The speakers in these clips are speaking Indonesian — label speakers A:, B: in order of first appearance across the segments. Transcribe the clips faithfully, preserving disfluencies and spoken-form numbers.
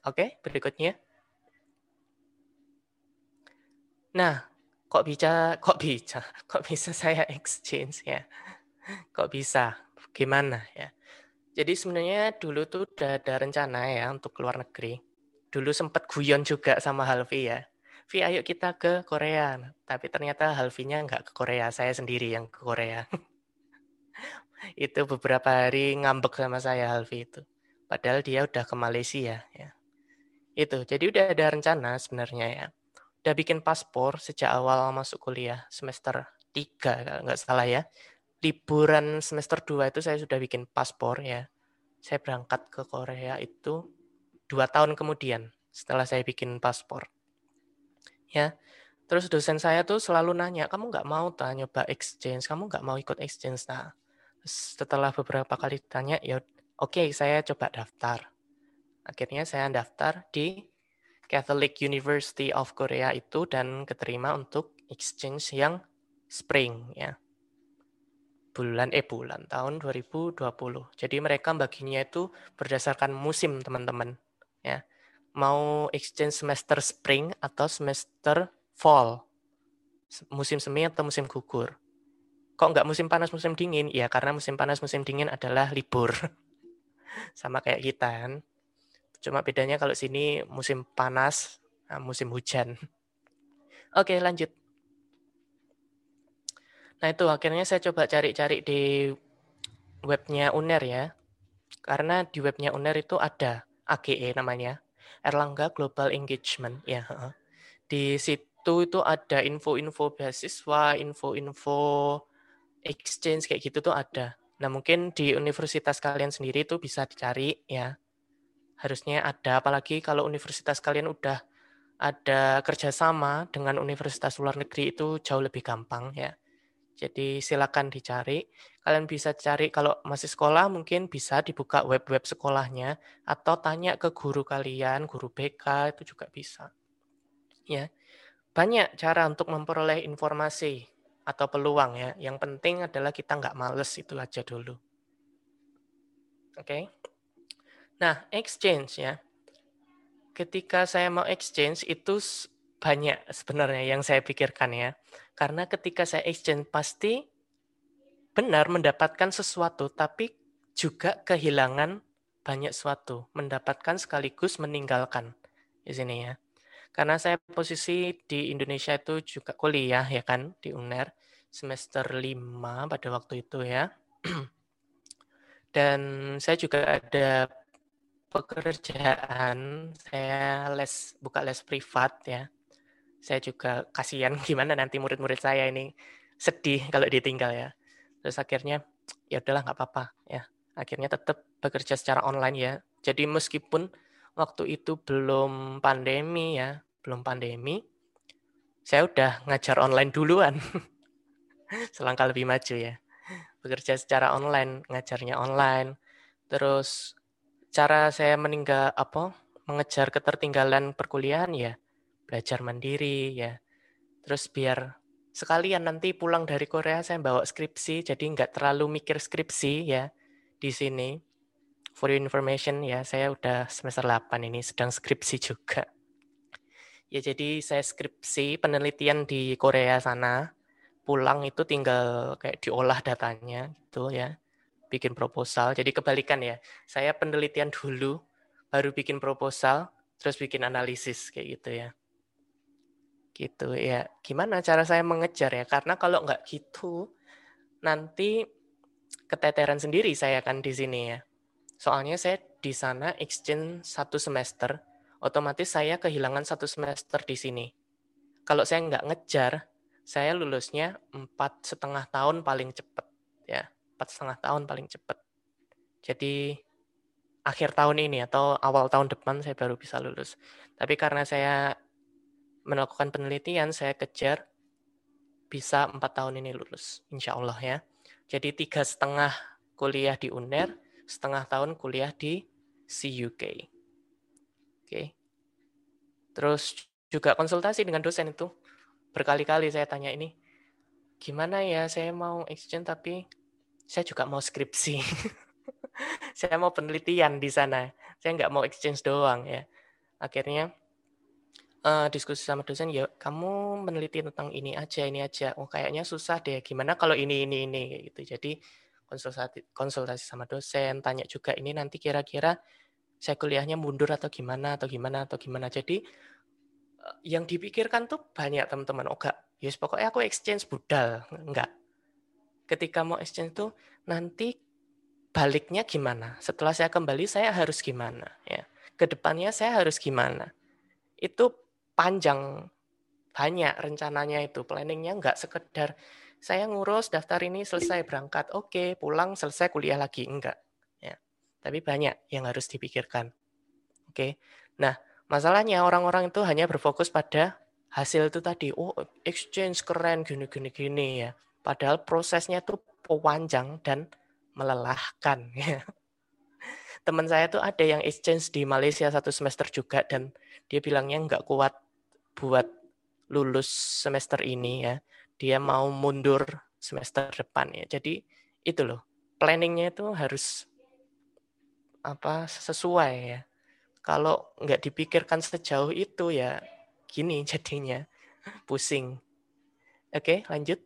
A: Oke, berikutnya. Nah, kok bisa, kok bisa, kok bisa saya exchange ya? Kok bisa? Gimana ya? Jadi sebenarnya dulu tuh udah ada rencana ya untuk keluar negeri. Dulu sempat guyon juga sama Halvi ya. Vi, ayo kita ke Korea. Tapi ternyata Halvinya nggak ke Korea, saya sendiri yang ke Korea. Itu beberapa hari ngambek sama saya Halvi itu. Padahal dia udah ke Malaysia ya. Itu, jadi udah ada rencana sebenarnya ya. Udah bikin paspor sejak awal masuk kuliah semester tiga kalau nggak salah ya. Liburan semester dua itu saya sudah bikin paspor ya. Saya berangkat ke Korea itu dua tahun kemudian setelah saya bikin paspor. Ya, terus dosen saya tuh selalu nanya, kamu nggak mau tak nyoba exchange, kamu nggak mau ikut exchange. Nah, setelah beberapa kali ditanya, ya oke okay, saya coba daftar. Akhirnya saya daftar di Catholic University of Korea itu dan keterima untuk exchange yang spring ya. Bulan eh bulan tahun dua ribu dua puluh. Jadi mereka baginya itu berdasarkan musim teman-teman ya. Mau exchange semester spring atau semester fall. Musim semi atau musim gugur. Kok nggak musim panas musim dingin? Ya karena musim panas musim dingin adalah libur. Sama kayak kita kan. Cuma bedanya kalau sini musim panas, musim hujan. Oke, lanjut. Nah, itu akhirnya saya coba cari-cari di webnya U N E R ya. Karena di webnya U N E R itu ada A G E namanya, Erlangga Global Engagement ya. Di situ itu ada info-info beasiswa, info-info exchange kayak gitu tuh ada. Nah, mungkin di universitas kalian sendiri itu bisa dicari ya. Harusnya ada, apalagi kalau universitas kalian udah ada kerjasama dengan universitas luar negeri itu jauh lebih gampang ya. Jadi silakan dicari. Kalian bisa cari kalau masih sekolah mungkin bisa dibuka web-web sekolahnya atau tanya ke guru kalian, guru B K itu juga bisa. Ya. Banyak cara untuk memperoleh informasi atau peluang ya. Yang penting adalah kita nggak males, itu aja dulu. Oke. Okay? Nah, exchange ya. Ketika saya mau exchange itu banyak sebenarnya yang saya pikirkan ya. Karena ketika saya exchange pasti benar mendapatkan sesuatu, tapi juga kehilangan banyak sesuatu. Mendapatkan sekaligus meninggalkan di sini ya. Karena saya posisi di Indonesia itu juga kuliah ya kan, di U N E R, semester lima pada waktu itu ya. Dan saya juga ada pekerjaan, saya les buka les privat ya. Saya juga kasihan gimana nanti murid-murid saya ini sedih kalau ditinggal ya. Terus akhirnya ya udahlah nggak apa-apa ya. Akhirnya tetap bekerja secara online ya. Jadi meskipun waktu itu belum pandemi ya, belum pandemi, saya udah ngajar online duluan. Selangkah lebih maju ya. Bekerja secara online, ngajarnya online. Terus cara saya meninggal apa? Mengejar ketertinggalan perkuliahan ya, belajar mandiri ya. Terus biar sekalian nanti pulang dari Korea saya bawa skripsi, jadi nggak terlalu mikir skripsi ya di sini. For your information ya, saya udah semester delapan ini sedang skripsi juga. Ya jadi saya skripsi penelitian di Korea sana, pulang itu tinggal kayak diolah datanya gitu ya, bikin proposal. Jadi kebalikan ya, saya penelitian dulu, baru bikin proposal, terus bikin analisis kayak gitu ya. Gitu ya. Gimana cara saya mengejar ya? Karena kalau nggak gitu, nanti keteteran sendiri saya kan di sini ya. Soalnya saya di sana exchange satu semester, otomatis saya kehilangan satu semester di sini. Kalau saya nggak ngejar, saya lulusnya empat setengah tahun paling cepat ya, empat setengah tahun paling cepat. Jadi akhir tahun ini atau awal tahun depan saya baru bisa lulus. Tapi karena saya melakukan penelitian, saya kejar bisa empat tahun ini lulus, insya Allah ya. Jadi tiga setengah kuliah di U N E R, setengah tahun kuliah di C U K. Oke. Terus juga konsultasi dengan dosen itu. Berkali-kali saya tanya ini, gimana ya saya mau exchange tapi saya juga mau skripsi. Saya mau penelitian di sana. Saya nggak mau exchange doang ya. Akhirnya uh, diskusi sama dosen, ya kamu meneliti tentang ini aja, ini aja. Oh kayaknya susah deh, gimana kalau ini, ini, ini gitu. Jadi konsultasi, konsultasi sama dosen, tanya juga ini nanti kira-kira saya kuliahnya mundur atau gimana, atau gimana, atau gimana. Jadi uh, yang dipikirkan tuh banyak teman-teman. Oh enggak, yes, pokoknya aku exchange budal. Enggak. Ketika mau exchange tuh nanti baliknya gimana? Setelah saya kembali saya harus gimana? Ya, kedepannya saya harus gimana? Itu panjang, banyak rencananya itu, planningnya nggak sekedar saya ngurus daftar ini selesai berangkat, oke pulang selesai kuliah lagi, enggak. Ya, tapi banyak yang harus dipikirkan. Oke, nah masalahnya orang-orang itu hanya berfokus pada hasil itu tadi, oh exchange keren gini gini gini ya. Padahal prosesnya itu panjang dan melelahkan. Ya. Teman saya tuh ada yang exchange di Malaysia satu semester juga dan dia bilangnya nggak kuat buat lulus semester ini ya. Dia mau mundur semester depan ya. Jadi itu loh, planningnya itu harus apa sesuai ya. Kalau nggak dipikirkan sejauh itu ya gini jadinya pusing. Oke, lanjut.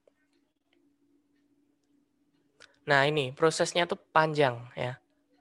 A: Nah ini prosesnya tuh panjang ya.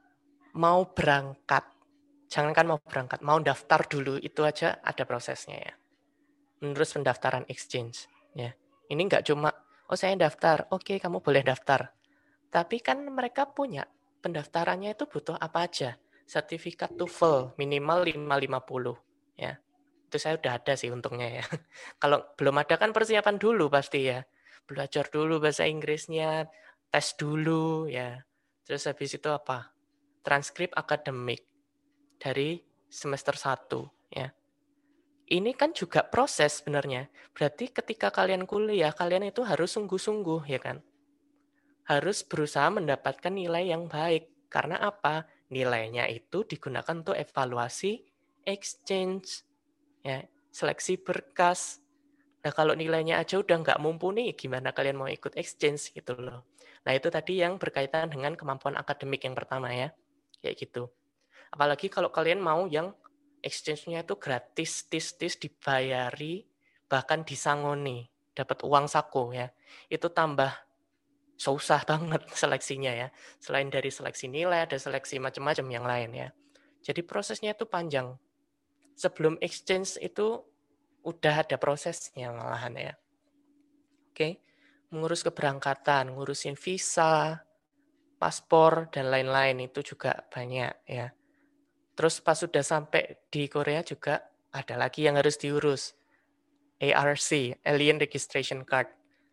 A: Mau berangkat, jangankan mau berangkat, mau daftar dulu itu aja ada prosesnya ya. Menurut pendaftaran exchange ya. Ini nggak cuma oh saya daftar, oke kamu boleh daftar. Tapi kan mereka punya pendaftarannya itu butuh apa aja? Sertifikat TOEFL minimal lima ratus lima puluh ya. Itu saya udah ada sih untungnya ya. Kalau belum ada kan persiapan dulu pasti ya. Belajar dulu bahasa Inggrisnya, tes dulu ya. Terus habis itu apa? Transkrip akademik dari semester satu ya. Ini kan juga proses sebenarnya. Berarti ketika kalian kuliah, kalian itu harus sungguh-sungguh ya kan. Harus berusaha mendapatkan nilai yang baik. Karena apa? Nilainya itu digunakan untuk evaluasi exchange, ya, seleksi berkas. Nah kalau nilainya aja udah nggak mumpuni, gimana kalian mau ikut exchange gitu loh. Nah itu tadi yang berkaitan dengan kemampuan akademik yang pertama ya, kayak gitu. Apalagi kalau kalian mau yang exchange-nya itu gratis, tis-tis dibayari, bahkan disangoni, dapat uang saku ya. Itu tambah susah banget seleksinya ya. Selain dari seleksi nilai, ada seleksi macam-macam yang lain ya. Jadi prosesnya itu panjang. Sebelum exchange itu udah ada prosesnya malahan ya. Oke, mengurus keberangkatan, ngurusin visa, paspor, dan lain-lain itu juga banyak ya. Terus pas sudah sampai di Korea juga ada lagi yang harus diurus. A R C, Alien Registration Card.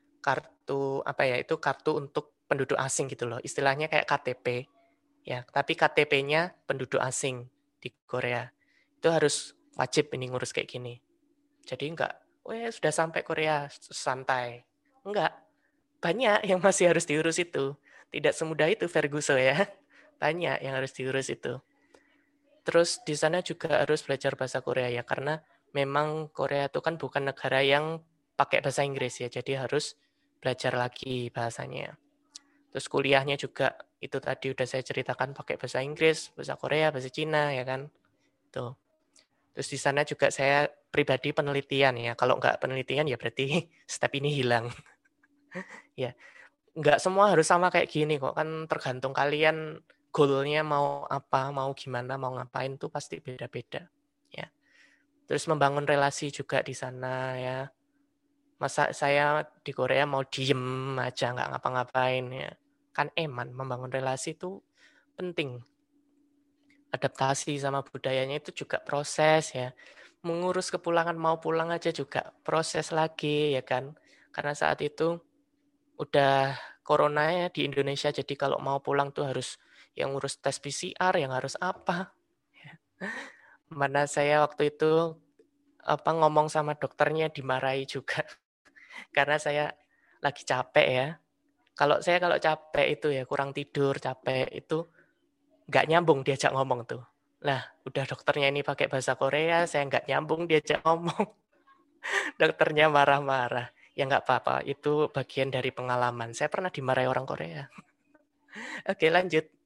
A: Kartu apa ya? Itu kartu untuk penduduk asing gitu loh. Istilahnya kayak K T P. Ya, tapi K T P-nya penduduk asing di Korea. Itu harus wajib ini ngurus kayak gini. Jadi enggak, weh sudah sampai Korea santai. Enggak. Banyak yang masih harus diurus itu. Tidak semudah itu Ferguson ya. Banyak yang harus diurus itu. Terus di sana juga harus belajar bahasa Korea ya, karena memang Korea itu kan bukan negara yang pakai bahasa Inggris ya, jadi harus belajar lagi bahasanya. Terus kuliahnya juga itu tadi udah saya ceritakan pakai bahasa Inggris, bahasa Korea, bahasa Cina ya kan. Tuh. Terus di sana juga saya pribadi penelitian ya. Kalau nggak penelitian ya berarti step ini hilang. Ya, nggak semua harus sama kayak gini kok, kan tergantung kalian goalnya mau apa, mau gimana, mau ngapain tuh pasti beda-beda ya. Terus membangun relasi juga di sana ya. Masa saya di Korea mau diem aja nggak ngapa-ngapain ya. Kan eman, membangun relasi itu penting. Adaptasi sama budayanya itu juga proses ya. Mengurus kepulangan mau pulang aja juga proses lagi ya kan. Karena saat itu udah corona ya di Indonesia, jadi kalau mau pulang tuh harus yang ngurus tes P C R, yang harus apa. Mana saya waktu itu apa ngomong sama dokternya dimarahi juga. Karena saya lagi capek ya. Kalau saya kalau capek itu ya kurang tidur, capek itu nggak nyambung diajak ngomong tuh. Lah, udah dokternya ini pakai bahasa Korea, saya nggak nyambung diajak ngomong. Dokternya marah-marah. Ya nggak apa-apa, itu bagian dari pengalaman. Saya pernah dimarahi orang Korea. Oke, lanjut.